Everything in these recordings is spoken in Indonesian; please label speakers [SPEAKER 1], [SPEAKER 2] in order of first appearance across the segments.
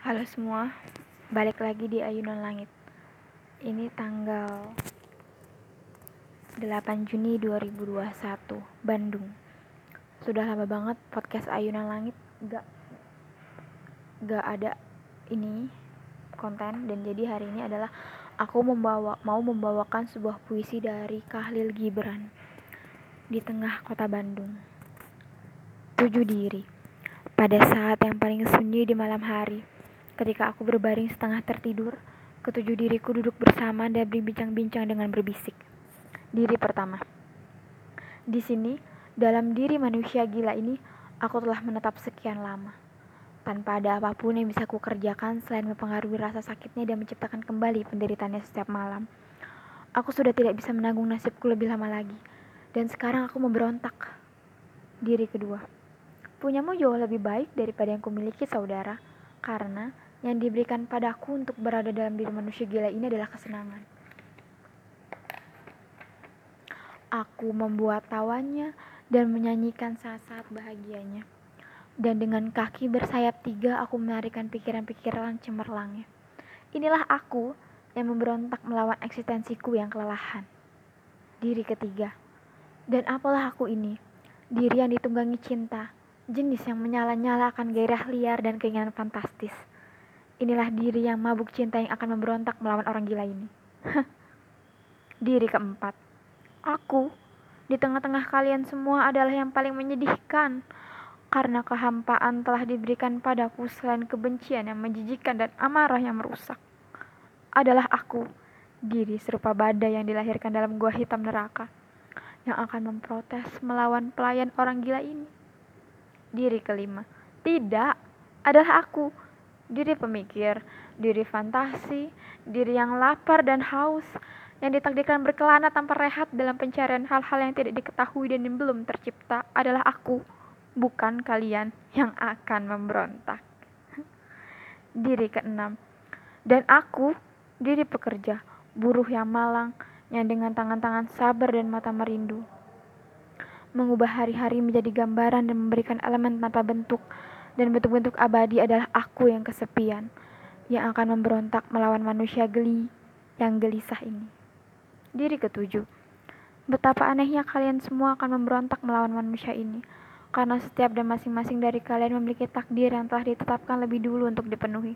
[SPEAKER 1] Halo semua, balik lagi di Ayunan Langit. Ini tanggal 8 Juni 2021, Bandung. Sudah lama banget podcast Ayunan Langit gak ada ini konten, dan jadi hari ini adalah aku mau membawakan sebuah puisi dari Khalil Gibran di tengah kota Bandung. 7 diri. Pada saat yang paling sunyi di malam hari, ketika aku berbaring setengah tertidur, ketujuh diriku duduk bersama dan berbincang-bincang dengan berbisik. Diri pertama. Di sini, dalam diri manusia gila ini, aku telah menetap sekian lama. Tanpa ada apapun yang bisa kukerjakan selain mempengaruhi rasa sakitnya dan menciptakan kembali penderitaannya setiap malam. Aku sudah tidak bisa menanggung nasibku lebih lama lagi. Dan sekarang aku memberontak. Diri kedua. Punyamu jauh lebih baik daripada yang kumiliki, saudara, karena yang diberikan padaku untuk berada dalam diri manusia gila ini adalah kesenangan. Aku membuat tawanya dan menyanyikan saat-saat bahagianya. Dan dengan kaki bersayap 3, aku menarikan pikiran-pikiran cemerlangnya. Inilah aku yang memberontak melawan eksistensiku yang kelelahan. Diri ketiga. Dan apalah aku ini? Diri yang ditunggangi cinta, jenis yang menyala-nyala akan gairah liar dan keinginan fantastis. Inilah diri yang mabuk cinta yang akan memberontak melawan orang gila ini. Diri keempat. Aku, di tengah-tengah kalian semua adalah yang paling menyedihkan. Karena kehampaan telah diberikan padaku selain kebencian yang menjijikkan dan amarah yang merusak. Adalah aku, diri serupa badai yang dilahirkan dalam gua hitam neraka, yang akan memprotes melawan pelayan orang gila ini. Diri kelima. Tidak, adalah aku, diri pemikir, diri fantasi, diri yang lapar dan haus, yang ditakdirkan berkelana tanpa rehat dalam pencarian hal-hal yang tidak diketahui dan yang belum tercipta. Adalah aku, bukan kalian yang akan memberontak. Diri keenam. Dan aku, diri pekerja, buruh yang malang, yang dengan tangan-tangan sabar dan mata merindu mengubah hari-hari menjadi gambaran dan memberikan elemen tanpa bentuk, dan bentuk-bentuk abadi adalah aku yang kesepian, yang akan memberontak melawan manusia geli yang gelisah ini. Diri ketujuh. Betapa anehnya kalian semua akan memberontak melawan manusia ini, karena setiap dan masing-masing dari kalian memiliki takdir yang telah ditetapkan lebih dulu untuk dipenuhi.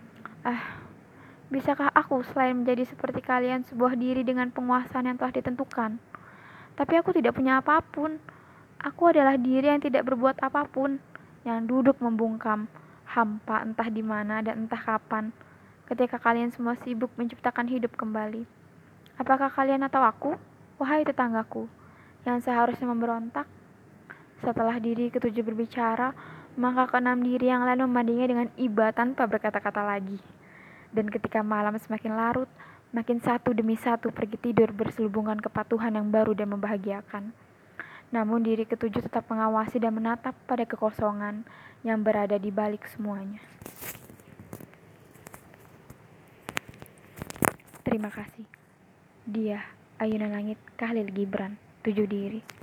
[SPEAKER 1] Bisakah aku selain menjadi seperti kalian sebuah diri dengan penguasaan yang telah ditentukan? Tapi aku tidak punya apapun. Aku adalah diri yang tidak berbuat apapun, yang duduk membungkam, hampa entah di mana dan entah kapan, ketika kalian semua sibuk menciptakan hidup kembali. Apakah kalian atau aku, wahai tetanggaku, yang seharusnya memberontak? Setelah diri ketujuh berbicara, maka keenam diri yang lain memandinya dengan iba tanpa berkata-kata lagi. Dan ketika malam semakin larut, makin satu demi satu pergi tidur berselubungan kepatuhan yang baru dan membahagiakan. Namun diri ketujuh tetap mengawasi dan menatap pada kekosongan yang berada di balik semuanya. Terima kasih. Dia, Ayunan Langit, Khalil Gibran, 7 diri.